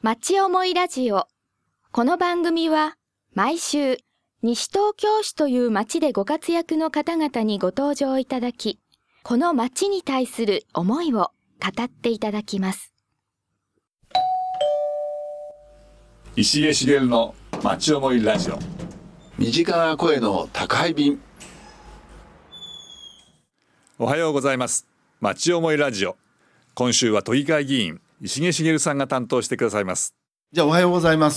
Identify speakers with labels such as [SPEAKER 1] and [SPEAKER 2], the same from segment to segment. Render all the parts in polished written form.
[SPEAKER 1] 町思いラジオ。この番組は毎週西東京市という町でご活躍の方々にご登場いただき、この町に対する思いを語っていただきます。
[SPEAKER 2] 石毛茂の町思いラジオ。
[SPEAKER 3] 身近な声の宅配便。
[SPEAKER 2] おはようございます。町思いラジオ。今週は都議会議員石毛茂さんが担当してくださいます。
[SPEAKER 3] じゃあおはようございます。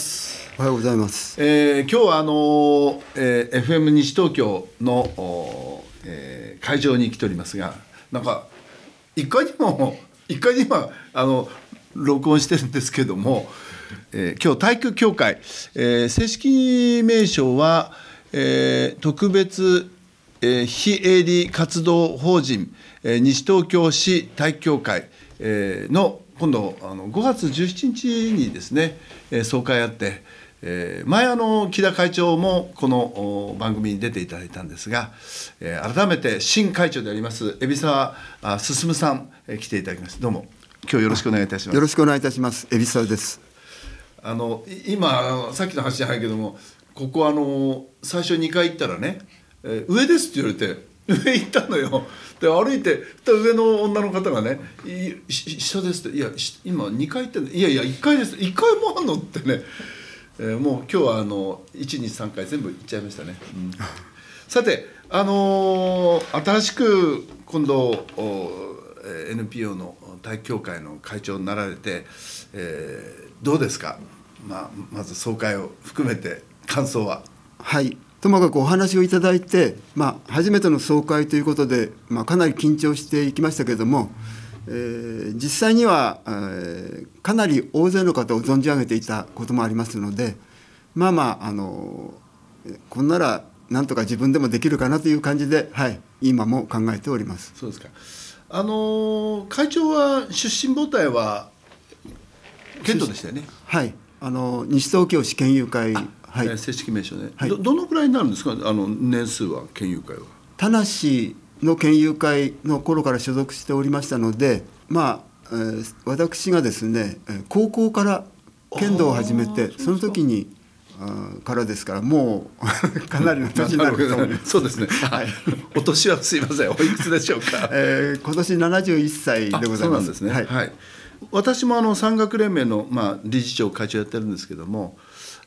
[SPEAKER 4] おはようございます。
[SPEAKER 3] 今日はFM 西東京の、会場に来ておりますが、なんか1階に今録音してるんですけども、今日体育協会、正式名称は、特別、非営利活動法人、西東京市体育協会、の今度5月17日にですね、総会あって、前木田会長もこの番組に出ていただいたんですが、改めて新会長であります海老沢進さん、来ていただきました。どうも今日よろしくお願いいたします。
[SPEAKER 4] よろしくお願いいたします。海老沢です。
[SPEAKER 3] 今さっきの話じゃないけども、ここ最初2回行ったらね、上ですって言われて上行ったのよ。で歩いて上の女の方がね、下ですって、いや今2階行ってんの、いや1階です、1階もあんのってね、もう今日は1,2,3 回全部行っちゃいましたね、さて新しく今度NPO の体育協会の会長になられて、どうですか、まず総会を含めて感想は。
[SPEAKER 4] はい、ともかくお話をいただいて、初めての総会ということで、かなり緊張していきましたけれども、実際には、かなり大勢の方を存じ上げていたこともありますので、こんならなんとか自分でもできるかなという感じで、今も考えております。
[SPEAKER 3] そうですか。会長は出身母体は県都でしたよね。
[SPEAKER 4] はい、西東京市県友会、
[SPEAKER 3] 正式名称ね、どのくらいになるんですか、年数は、県友会は。
[SPEAKER 4] 田無の県友会の頃から所属しておりましたので、私がですね、高校から剣道を始めて、その時にからですから、もうかなりの年になると思います。
[SPEAKER 3] そうですね、お年はすいません、おいくつでしょうか。
[SPEAKER 4] 今年71歳でございます。
[SPEAKER 3] そうなんですね。私も山岳連盟の、理事長会長やってるんですけども、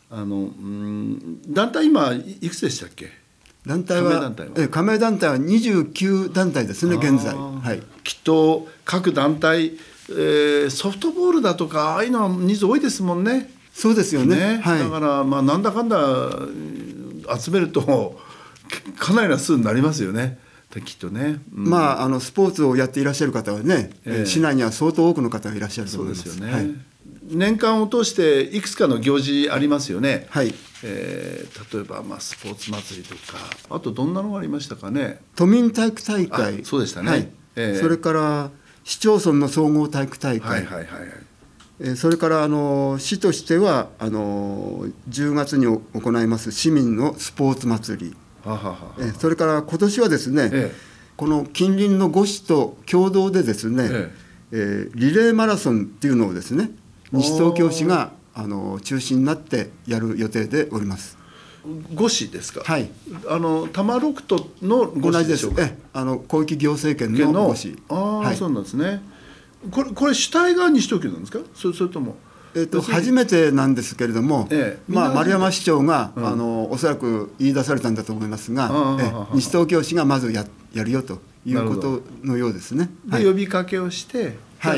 [SPEAKER 3] 団体今いくつでしたっけ。
[SPEAKER 4] 加盟団体は29団体ですね、現在。
[SPEAKER 3] きっと各団体、ソフトボールだとかああいうのは人数多いですもんね。
[SPEAKER 4] そうですよね。
[SPEAKER 3] だからなんだかんだ集めるとかなりな数になりますよね、きっとね。
[SPEAKER 4] スポーツをやっていらっしゃる方はね、市内には相当多くの方がいらっしゃると思います。
[SPEAKER 3] そうですよね。年間を通していくつかの行事ありますよね。例えばスポーツ祭りとか、あとどんなのがありましたかね。
[SPEAKER 4] 都民体育大会。
[SPEAKER 3] そうでしたね。
[SPEAKER 4] それから市町村の総合体育大会。それから市としては10月に行います市民のスポーツ祭り。それから今年はですね、この近隣の5市と共同でですね、リレーマラソンっていうのをですね、西東京市が中心になってやる予定でおります。
[SPEAKER 3] 5市ですか。多摩六都の5市でしょうか。
[SPEAKER 4] 広域行政権の5市。
[SPEAKER 3] そうなんですね。これ主体が西東京なんですか。それとも
[SPEAKER 4] 初めてなんですけれども、丸山市長が、おそらく言い出されたんだと思いますが、西東京市がまずやるよということのようですね。
[SPEAKER 3] で呼びかけをして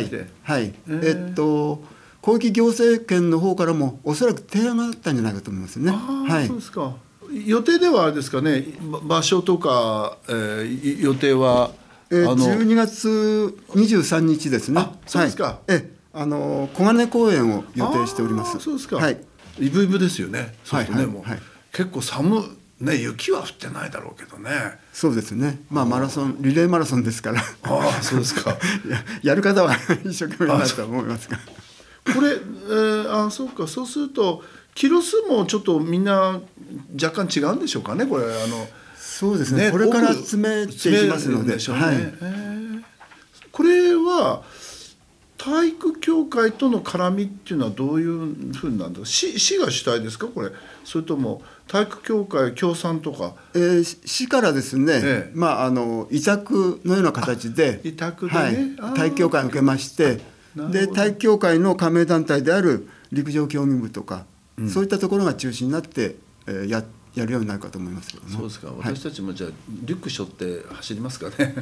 [SPEAKER 4] 広域行政権の方からもおそらく提案があったんじゃないかと思いますね。
[SPEAKER 3] そうですか。予定ではあれですかね、場所とか、予定は
[SPEAKER 4] 12月23日ですね。
[SPEAKER 3] そうですか。
[SPEAKER 4] 小金公園を予定しております。
[SPEAKER 3] そうですか。イブイブですよね。そうですね。もう結構寒ね、雪は降ってないだろうけどね。そうですね。
[SPEAKER 4] マラソン、リレーマラソンですから。
[SPEAKER 3] そうですか。
[SPEAKER 4] やる方は一生懸命だと思いますが。
[SPEAKER 3] これ、そうか。そうするとキロ数もちょっとみんな若干違うんでしょうかね。これ
[SPEAKER 4] そうですね。これから詰めていきますので。
[SPEAKER 3] これは体育協会との絡みっていうのはどういうふうになんだ。市が主体ですかこれ、それとも体育協会協賛とか。
[SPEAKER 4] 市からですね、委託のような形で
[SPEAKER 3] 委託でね、
[SPEAKER 4] 体育協会を受けまして、で体育協会の加盟団体である陸上競技部とか、そういったところが中心になって、やるようになるかと思いますけどね。
[SPEAKER 3] そうですか。私たちもじゃあリュック背負って走りますかね。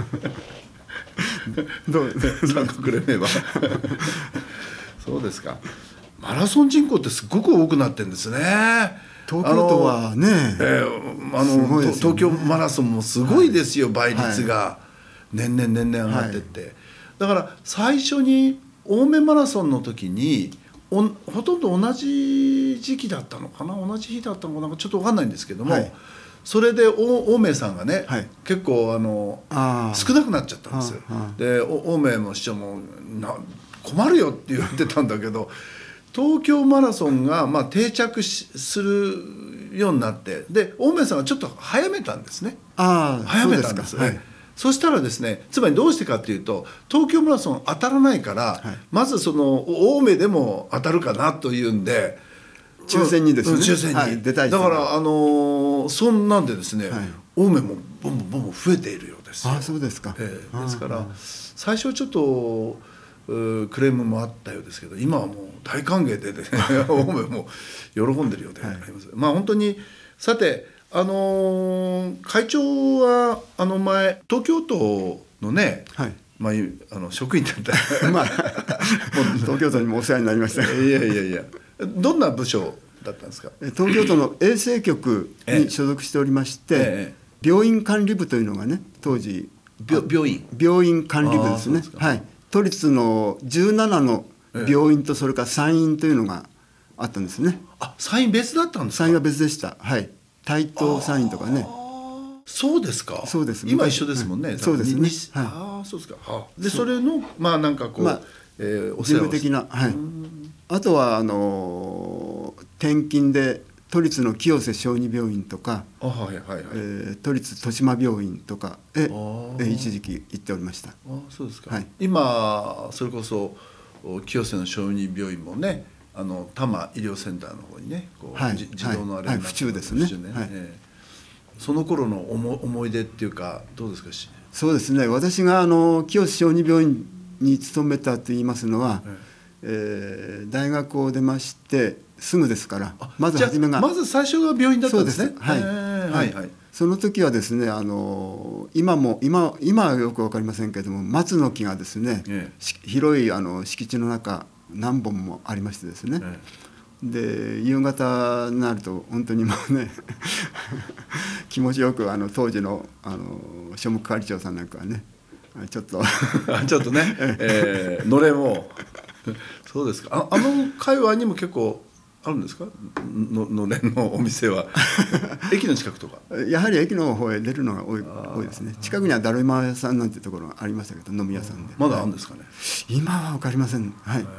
[SPEAKER 3] 参加くれれば。そうですか。マラソン人口ってすごく多くなってるんですね。
[SPEAKER 4] 東京都はね、
[SPEAKER 3] 東京マラソンもすごいですよ、倍率が年々上がってって、だから最初に青梅マラソンの時にほとんど同じ時期だったのかな、同じ日だったのかな、ちょっと分かんないんですけども、それで青梅さんがね、結構少なくなっちゃったんですよ。で青梅の市長も困るよって言ってたんだけど、東京マラソンが定着するようになって、で青梅さんがちょっと早めたんですね。早めたんです。そしたらですね、つまりどうしてかっていうと、東京マラソン当たらないから、まずその青梅でも当たるかなというんで
[SPEAKER 4] 抽選にですね、
[SPEAKER 3] 抽選に
[SPEAKER 4] 出たい
[SPEAKER 3] だからそんなんでですね、青梅もボンボン増えているようですよ。
[SPEAKER 4] そうですか。
[SPEAKER 3] ですから最初ちょっとクレームもあったようですけど、今はもう大歓迎で、ね、青梅も喜んでるようであります。本当にさて、会長は前東京都のね、職員だった
[SPEAKER 4] 東京都にもお世話になりました。
[SPEAKER 3] いやどんな部署だったんですか。
[SPEAKER 4] 東京都の衛生局に所属しておりまして、病院管理部というのがね、当時病院管理部ですね。都立の17の病院とそれから産院というのがあったんですね。
[SPEAKER 3] 産院別だったんですか。
[SPEAKER 4] 産院は別でした。台東産院とかね。
[SPEAKER 3] そうですか。
[SPEAKER 4] そうです。
[SPEAKER 3] 今一緒ですもんね。
[SPEAKER 4] そうですね。
[SPEAKER 3] そうですか。でそれのなんかこう、
[SPEAKER 4] 事務的な、あとは転勤で都立の清瀬小児病院とか、都立豊島病院とかへ一時期行っておりました。
[SPEAKER 3] そうですか。今それこそ清瀬の小児病院もね、多摩医療センターの方にね、児童のあれ
[SPEAKER 4] 府中ですね。
[SPEAKER 3] その頃の思い出っていうかどうですか。
[SPEAKER 4] そうですね。私が清瀬小児病院に勤めたと言いますのは、大学を出ましてすぐですから、まず初めが
[SPEAKER 3] まず最初が病院だったんですね。
[SPEAKER 4] その時はですね、今はよく分かりませんけれども、松の木がですね、広い敷地の中何本もありましてですね、で夕方になると本当にもうね気持ちよく当時の庶務係長さんなんかはね、ちょっとね、
[SPEAKER 3] のれんをそうですか。界隈にも結構あるんですか。のれんのお店は駅の近くとか。
[SPEAKER 4] やはり駅の方へ出るのが多いですね。近くにはだるま屋さんなんてところがありましたけど、飲み屋さんで。
[SPEAKER 3] まだあるんですかね。
[SPEAKER 4] 今は分かりません。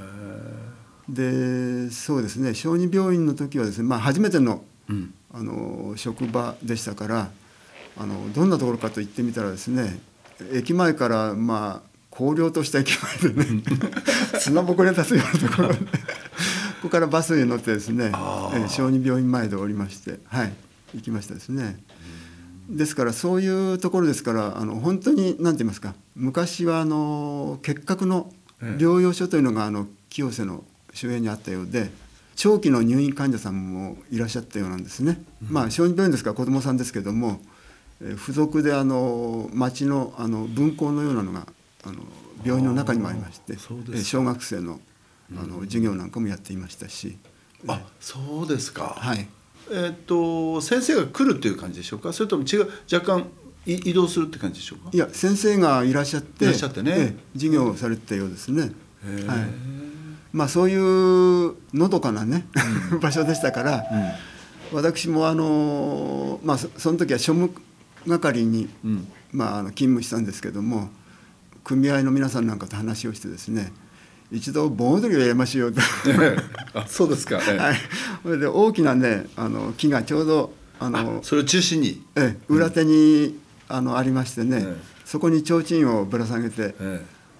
[SPEAKER 4] でそうですね、小児病院の時はですね、初めての、職場でしたから、どんなところかと言ってみたらですね、駅前から荒涼とした駅前でね砂ぼこり立つようなところでここからバスに乗ってですね、小児病院前で降りまして、行きましたですね。ですからそういうところですから、本当に何て言いますか、昔は結核の療養所というのが清瀬の周辺にあったようで、長期の入院患者さんもいらっしゃったようなんですね。小児病院ですから子どもさんですけども、付属で町の分校のようなのが病院の中にもありまして、小学生の授業なんかもやっていましたし。
[SPEAKER 3] そうですか。先生が来るっていう感じでしょうか。それとも若干移動するって感じでしょうか。
[SPEAKER 4] いや、先生がいらっしゃって
[SPEAKER 3] ね、
[SPEAKER 4] 授業をされてたようですね。そういうのどかなね、場所でしたから、私もその時は庶務係に、勤務したんですけども、組合の皆さんなんかと話をしてですね、一度盆踊りをやりましょうと
[SPEAKER 3] そうですか。
[SPEAKER 4] それで大きなね木がちょうど
[SPEAKER 3] それを中心に、
[SPEAKER 4] 裏手にありましてね、そこに提灯をぶら下げて、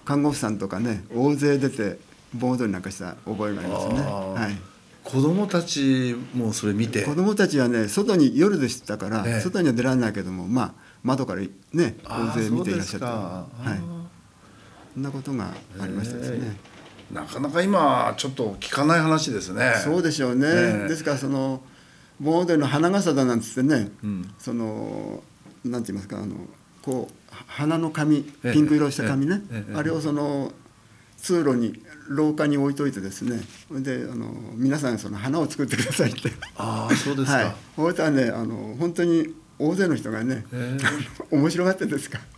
[SPEAKER 4] 看護婦さんとかね大勢出て盆踊りなんかした覚えがありますね。はい、
[SPEAKER 3] 子供たちもそれ見て、
[SPEAKER 4] 子供たちはね外に夜でしたから、外には出られないけども、まあ、窓からね大勢見ていらっしゃった。はい、そんなことがありましたですね。
[SPEAKER 3] なかなか今ちょっと聞かない話ですね。
[SPEAKER 4] そうでしょうね。ですからその盆踊りの花笠だなんつってね、そのなんて言いますか、こう花の紙、ピンク色した紙ね、あれをその通路に廊下に置いといてですね、で皆さんその花を作ってくださいって。
[SPEAKER 3] ああ、そうですか。はい、
[SPEAKER 4] そうしたらね本当に大勢の人がね面白がってですか。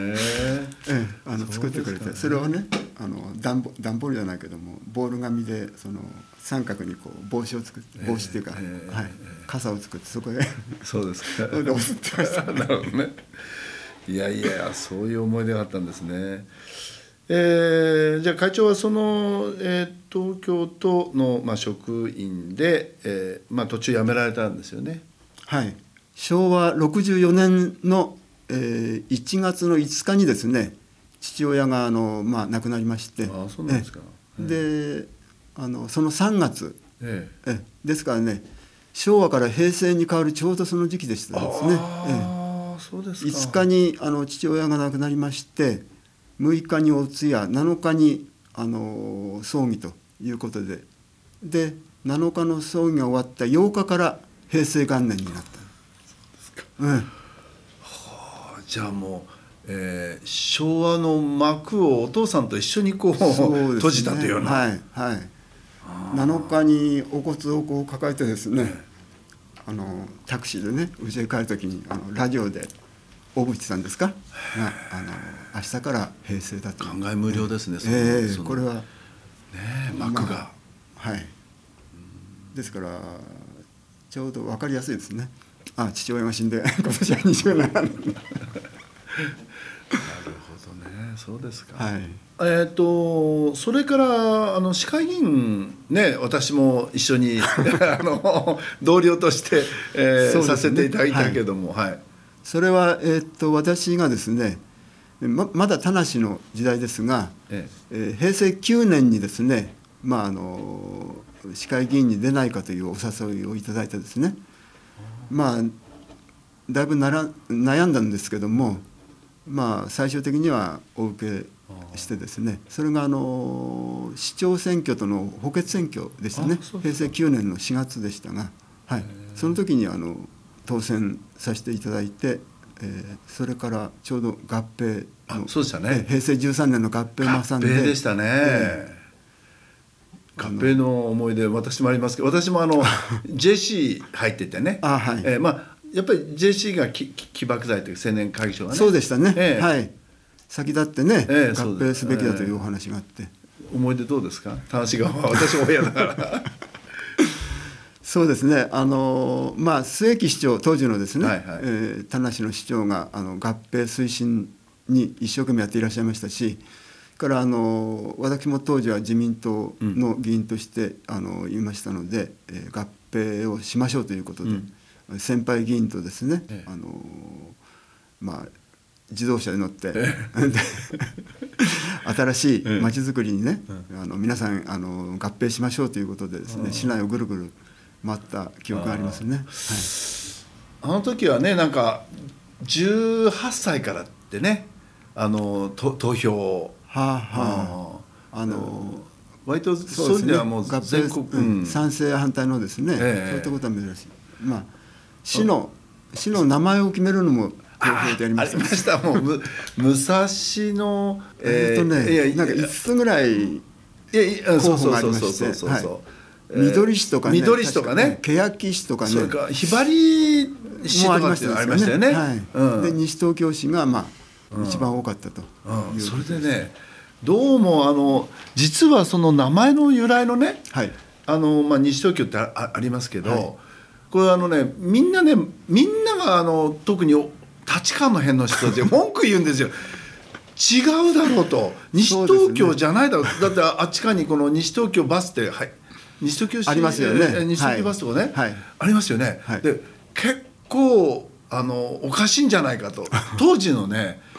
[SPEAKER 4] 作ってくれて、それをね段ボールじゃないけどもボール紙でその三角にこう帽子を作って、帽子っていうか、傘を作ってそこで
[SPEAKER 3] そうですか。
[SPEAKER 4] それで押すってました。
[SPEAKER 3] なるほどね。いやいや、そういう思い出があったんですね。じゃあ会長はその、東京都の、職員で、途中辞められたんですよね。
[SPEAKER 4] はい、昭和64年の1月の5日にですね父親が亡くなりまして。
[SPEAKER 3] ああ、そうなんですか。
[SPEAKER 4] でその3月、ですからね昭和から平成に変わるちょうどその時期でしたですね。
[SPEAKER 3] そうですか。
[SPEAKER 4] 5日に父親が亡くなりまして、6日にお通夜、7日に葬儀ということで、で7日の葬儀が終わった8日から平成元年になった。そうですか。
[SPEAKER 3] じゃあもう、昭和の幕をお父さんと一緒にこう閉じたというような。
[SPEAKER 4] はいはい。7日にお骨をこう抱えてですね、タクシーでね家へ帰るときにラジオで小渕さんですかが明日から平成だと。
[SPEAKER 3] 感慨無量ですね。
[SPEAKER 4] これはね
[SPEAKER 3] 幕が、
[SPEAKER 4] はい。ですからちょうど分かりやすいですね。父親が死んで今年は27年。なるほどね。
[SPEAKER 3] そうですか。
[SPEAKER 4] はい。
[SPEAKER 3] それから市会議員ね、私も一緒に同僚として、させていただいたけども、はい。
[SPEAKER 4] それは私がですね、まだ田無の時代ですが、平成9年にですね、市会議員に出ないかというお誘いをいただいてですね、だいぶ悩んだんですけども、最終的にはお受けしてですね、それが市長選挙との補欠選挙でしたね。平成9年の4月でしたが、はい、その時に当選させていただいて、それからちょうど合併の、
[SPEAKER 3] そうでしたね、
[SPEAKER 4] 平成13年の合併も挟んで。
[SPEAKER 3] 合併でしたね。合併の思い出私もありますけど、私もJC 入っててね、
[SPEAKER 4] はい、
[SPEAKER 3] やっぱり JC が起爆剤という青年会議所がね。
[SPEAKER 4] そうでしたね、はい、先立ってね、合併すべきだというお話があって、
[SPEAKER 3] 思い出どうですか。田無川は私も親だから
[SPEAKER 4] そうですね、末木市長当時のですね、田無の市長が合併推進に一生懸命やっていらっしゃいましたし、から私も当時は自民党の議員として言いましたので、合併をしましょうということで、先輩議員とですね、自動車で乗って新しいまちづくりにね、皆さん合併しましょうということでですね、市内をぐるぐる回った記憶がありますね。
[SPEAKER 3] あの時はね、なんか18歳からってね、投票を割とそういう意味ではもう全国、
[SPEAKER 4] 賛成反対のですね、そういったことは珍しい。市の名前を決めるのも投票でやりました。
[SPEAKER 3] ありました。もう武蔵の
[SPEAKER 4] なんか5つぐらい候補がありまして、緑市とかね、
[SPEAKER 3] 緑市とかね、
[SPEAKER 4] 欅市とかね、
[SPEAKER 3] それからひばり市とかっていうのがありましたよね。
[SPEAKER 4] で西東京市が一番多かったという。
[SPEAKER 3] それでね、どうも実はその名前の由来のね、西東京ってありますけど、これみんなが特に立川の辺の人たち文句言うんですよ。違うだろうと、西東京じゃないだろう、だってあっちかにこの西東京バスって、西東京市
[SPEAKER 4] ありますよね。
[SPEAKER 3] 西東京バスとかね、ありますよね。で結構おかしいんじゃないかと当時のね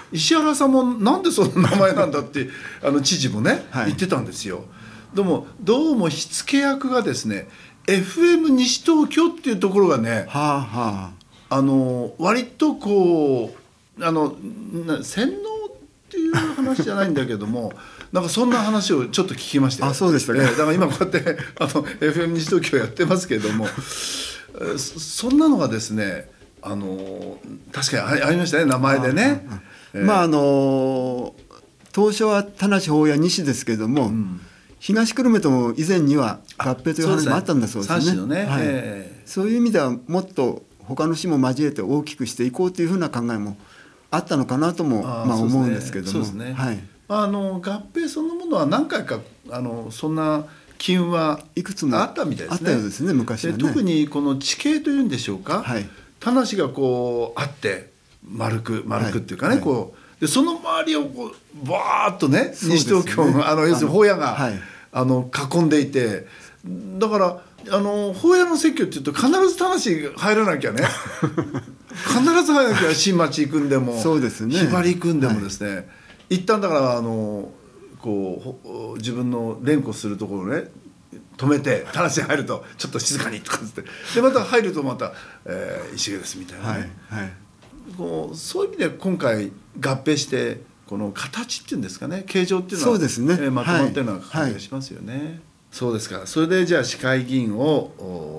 [SPEAKER 3] 石原さんもなんでその名前なんだって知事もね、
[SPEAKER 4] はい
[SPEAKER 3] 言ってたんですよ。でもどうも火付け役がですね FM 西東京っていうところがね、
[SPEAKER 4] はあは
[SPEAKER 3] 割とこう洗脳っていう話じゃないんだけどもなんかそんな話をちょっと聞きましたよ。
[SPEAKER 4] あそうでしたね
[SPEAKER 3] だから今こうやってFM 西東京やってますけどもそんなのがですね確かにありましたね、名前でね。
[SPEAKER 4] まあ当初は田無法や西ですけれども、東久留米とも以前には合併という話もあったんだそうですね。
[SPEAKER 3] 3市のね、
[SPEAKER 4] はいそういう意味ではもっと他の市も交えて大きくしていこうというふうな考えもあったのかなとも思うんですけども、
[SPEAKER 3] そうですね。
[SPEAKER 4] はい、
[SPEAKER 3] 合併そのものは何回かそんな機運はい
[SPEAKER 4] くつも
[SPEAKER 3] あったみたいですね。
[SPEAKER 4] あったようですね、昔はね。
[SPEAKER 3] で特にこの地形というんでしょうか、
[SPEAKER 4] はい
[SPEAKER 3] 田無がこうあって丸くっていうかね、
[SPEAKER 4] はい
[SPEAKER 3] こうでその周りをこうバーッとね
[SPEAKER 4] そうですね
[SPEAKER 3] 西東京の要するに法屋が、
[SPEAKER 4] はい
[SPEAKER 3] 囲んでいて、だから法屋の説教っていうと必ず田無入らなきゃね必ず入らなきゃ新町行くんでも
[SPEAKER 4] そうですね
[SPEAKER 3] ひばり行くんでもですね、一旦だからこう自分の連呼するところをね止めて田無に入るとちょっと静かにとかってでまた入るとまた、石毛ですみたいなね、
[SPEAKER 4] はいはい
[SPEAKER 3] こうそういう意味で今回合併してこの形っていうんですかね、形状っていうのは
[SPEAKER 4] そうですね
[SPEAKER 3] まとまってるのは感じがしますよね、そうですか。それでじゃあ市会議員を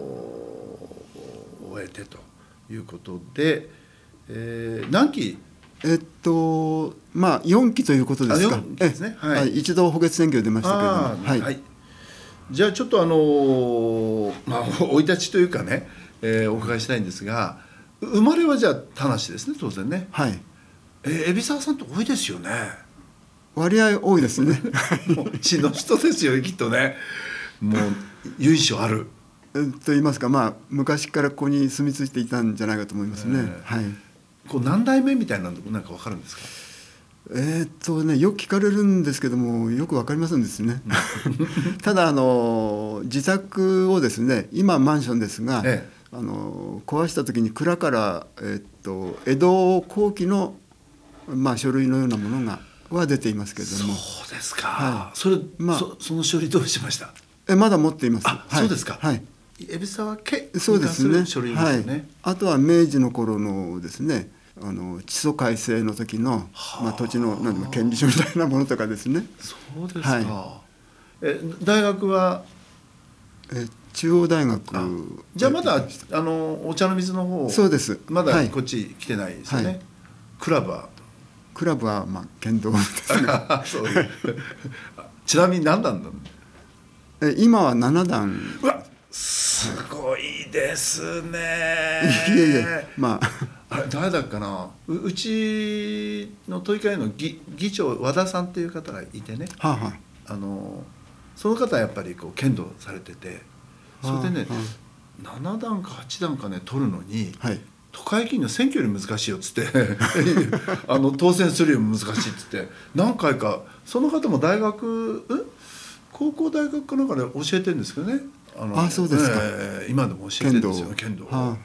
[SPEAKER 3] 終えてということで、何期
[SPEAKER 4] まあ4期ということですか。
[SPEAKER 3] 4期ですね、はい、
[SPEAKER 4] 一度補欠選挙出ましたけれども、
[SPEAKER 3] はいじゃあちょっと生い立ちというかね、お伺いしたいんですが、生まれはじゃあ田無ですね、当然ね。
[SPEAKER 4] はい
[SPEAKER 3] 海老沢さんって多いですよね。
[SPEAKER 4] 割合多いですね
[SPEAKER 3] もう地の人ですよきっとね。もう由緒ある
[SPEAKER 4] と言いますか、まあ昔からここに住み着いていたんじゃないかと思いますね。はい。
[SPEAKER 3] こう何代目みたいなのなんか分かるんですか。
[SPEAKER 4] よく聞かれるんですけどもよく分かりませんですねただ自宅をですね、今マンションですが、壊した時に蔵から、江戸後期の、書類のようなものは出ていますけれども。
[SPEAKER 3] そうですか、
[SPEAKER 4] はい、
[SPEAKER 3] それ、その書類どうしました。
[SPEAKER 4] まだ持っています。
[SPEAKER 3] そうですか。
[SPEAKER 4] はい、
[SPEAKER 3] 海老沢家に
[SPEAKER 4] そうですね。
[SPEAKER 3] 書類ですよね。
[SPEAKER 4] はい、あとは明治の頃のですね、地租改正の時の、土地の権利書みたいなものとかですね。
[SPEAKER 3] そうですか。はい、大学は
[SPEAKER 4] 中央大学。
[SPEAKER 3] じゃあまだお茶の水の方。
[SPEAKER 4] そうです。
[SPEAKER 3] まだこっち来てないですよね。はい、クラブは
[SPEAKER 4] 剣道ですね
[SPEAKER 3] そうちなみに何段なの。
[SPEAKER 4] 今は7段。
[SPEAKER 3] うわすごいですね。
[SPEAKER 4] いえいえ、
[SPEAKER 3] あれ誰だっかな、うちの都議会の議長和田さんっていう方がいてね、その方はやっぱりこう剣道されてて、それでね、7段か8段かね取るのに、都会議員の選挙より難しいよっつって当選するよりも難しいっつって何回か、その方も高校大学かなんかで教えてるんですけどね。
[SPEAKER 4] そうですか。
[SPEAKER 3] 今でも教えてるんですよ、剣道。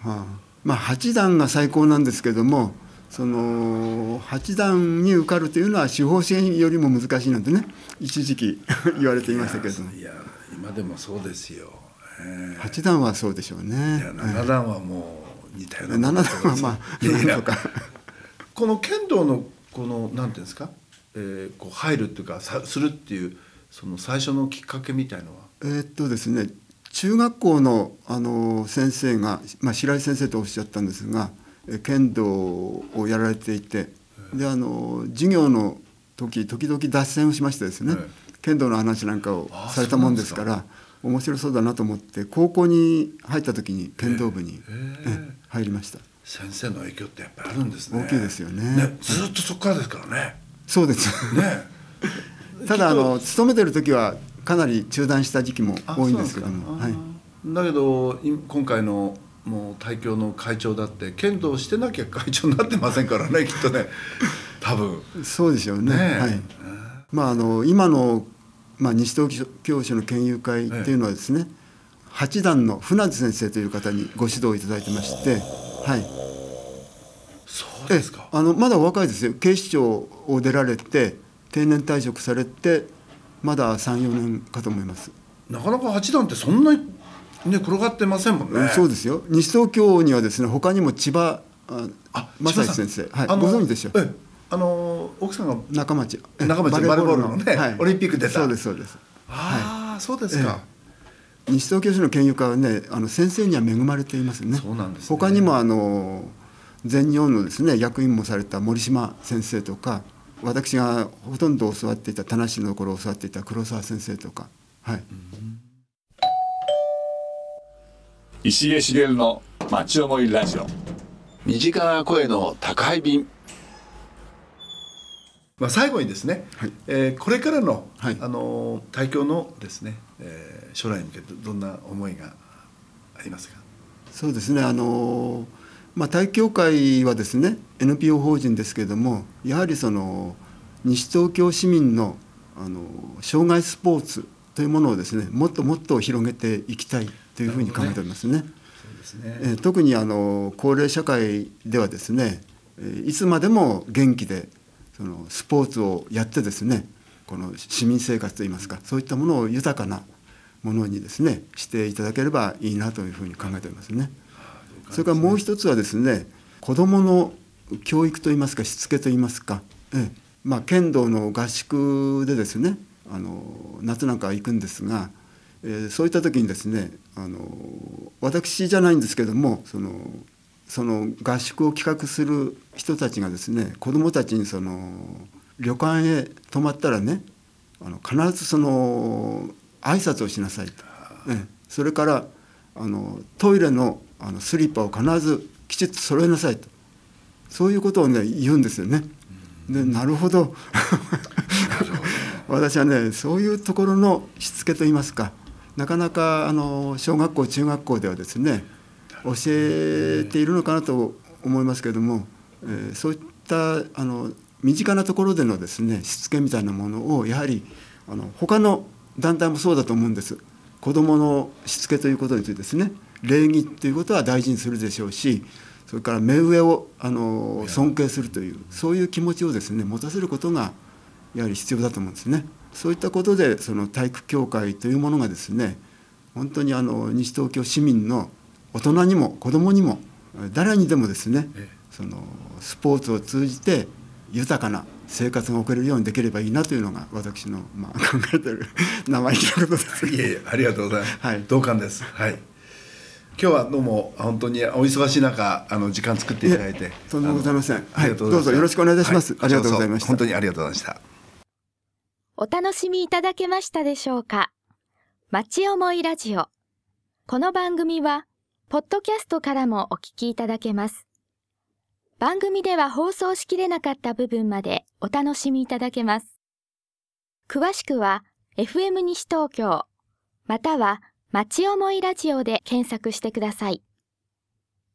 [SPEAKER 4] 8段が最高なんですけども、その8段に受かるというのは司法試験よりも難しいなんてね、一時期言われていましたけれども。
[SPEAKER 3] いや今でもそうですよ。
[SPEAKER 4] 8段はそうでしょうね。
[SPEAKER 3] いや7段はもう似たような。
[SPEAKER 4] 7段はなんとか
[SPEAKER 3] この剣道のこのなんていうんですか、こう入るっていうかするっていうその最初のきっかけみたいのは。
[SPEAKER 4] ですね、中学校の先生が、白井先生とおっしゃったんですが、剣道をやられていて、で授業の時々脱線をしましてですね、剣道の話なんかをされたもんですから面白そうだなと思って、高校に入った時に剣道部に入りました。
[SPEAKER 3] 先生の影響ってやっぱりあるんですね。
[SPEAKER 4] 大きいですよね。
[SPEAKER 3] ずっとそこからですからね。
[SPEAKER 4] そうですねただ勤めてる時はかなり中断した時期も多いんですけども。
[SPEAKER 3] だけど今回のもう大教の会長だって剣道してなきゃ会長になってませんからねきっとね多分。
[SPEAKER 4] そうでしょうね。今の、西東京市の県友会っていうのはですね、8段の船津先生という方にご指導いただいてまして、
[SPEAKER 3] そそうですか。
[SPEAKER 4] まだお若いですよ。警視庁を出られて定年退職されてまだ 3,4 年かと思います。
[SPEAKER 3] なかなか八段ってそんなにね転がってませんもんね。
[SPEAKER 4] そうですよ。西東京にはですね、他にも千葉正義先生、はい、ご存知でしょう。
[SPEAKER 3] 奥さんが
[SPEAKER 4] 中町
[SPEAKER 3] バレーボールのね、
[SPEAKER 4] はい、
[SPEAKER 3] オリンピック出た。
[SPEAKER 4] そうですそうです。
[SPEAKER 3] ああ、そうですか。
[SPEAKER 4] 西東京市の県有化はね、先生には恵まれていますね。
[SPEAKER 3] そうなんですね。
[SPEAKER 4] 他にも全日本のですね役員もされた森島先生とか、私がほとんど教わっていた田無の頃教わっていた黒沢先生とか、はい。
[SPEAKER 2] 石毛茂の町思いラジオ。
[SPEAKER 3] 身近な声の宅配便。最後にですね、はい、これからの、はい、大京のですね、将来に向けてどんな思いがありますか。
[SPEAKER 4] そうですね、大協会はですね NPO 法人ですけれども、やはりその西東京市民の障害スポーツというものをですねもっともっと広げていきたいというふうに考えておりますね。そうですね。特に高齢社会ではですね、いつまでも元気でそのスポーツをやってですね、この市民生活といいますか、そういったものを豊かなものにですねしていただければいいなというふうに考えておりますね。それからもう一つはですね、子どもの教育といいますか、しつけといいますか、剣道の合宿でですね夏なんか行くんですが、そういった時にですね私じゃないんですけども、その合宿を企画する人たちがですね、子どもたちにその旅館へ泊まったらね、必ずその挨拶をしなさいと、それからトイレのスリッパを必ずきちっと揃えなさいと、そういうことをね言うんですよね。でなるほど私はねそういうところのしつけといいますか、なかなか小学校中学校ではですね教えているのかなと思いますけれども、そういった身近なところでのですねしつけみたいなものをやはり他の団体もそうだと思うんです。子どものしつけということについてですね、礼儀ということは大事にするでしょうし、それから目上を尊敬するというそういう気持ちをですね持たせることがやはり必要だと思うんですね。そういったことでその体育協会というものがですね、本当に西東京市民の大人にも子どもにも誰にでもですね、そのスポーツを通じて豊かな生活が送れるようにできればいいなというのが私の、考えている生意気なことです。
[SPEAKER 3] いえいえ、ありがとうございます、
[SPEAKER 4] はい、
[SPEAKER 3] 同感です、はい、今日はどうも本当にお忙しい中時間作っていただいて
[SPEAKER 4] とんでもございません。はい、どうぞよろしくお願いいたします、ありがとうございました。
[SPEAKER 3] 本当にありがとうございました。
[SPEAKER 1] お楽しみいただけましたでしょうか。町思いラジオ。この番組はポッドキャストからもお聞きいただけます。番組では放送しきれなかった部分までお楽しみいただけます。詳しくは FM 西東京または町思いラジオで検索してください。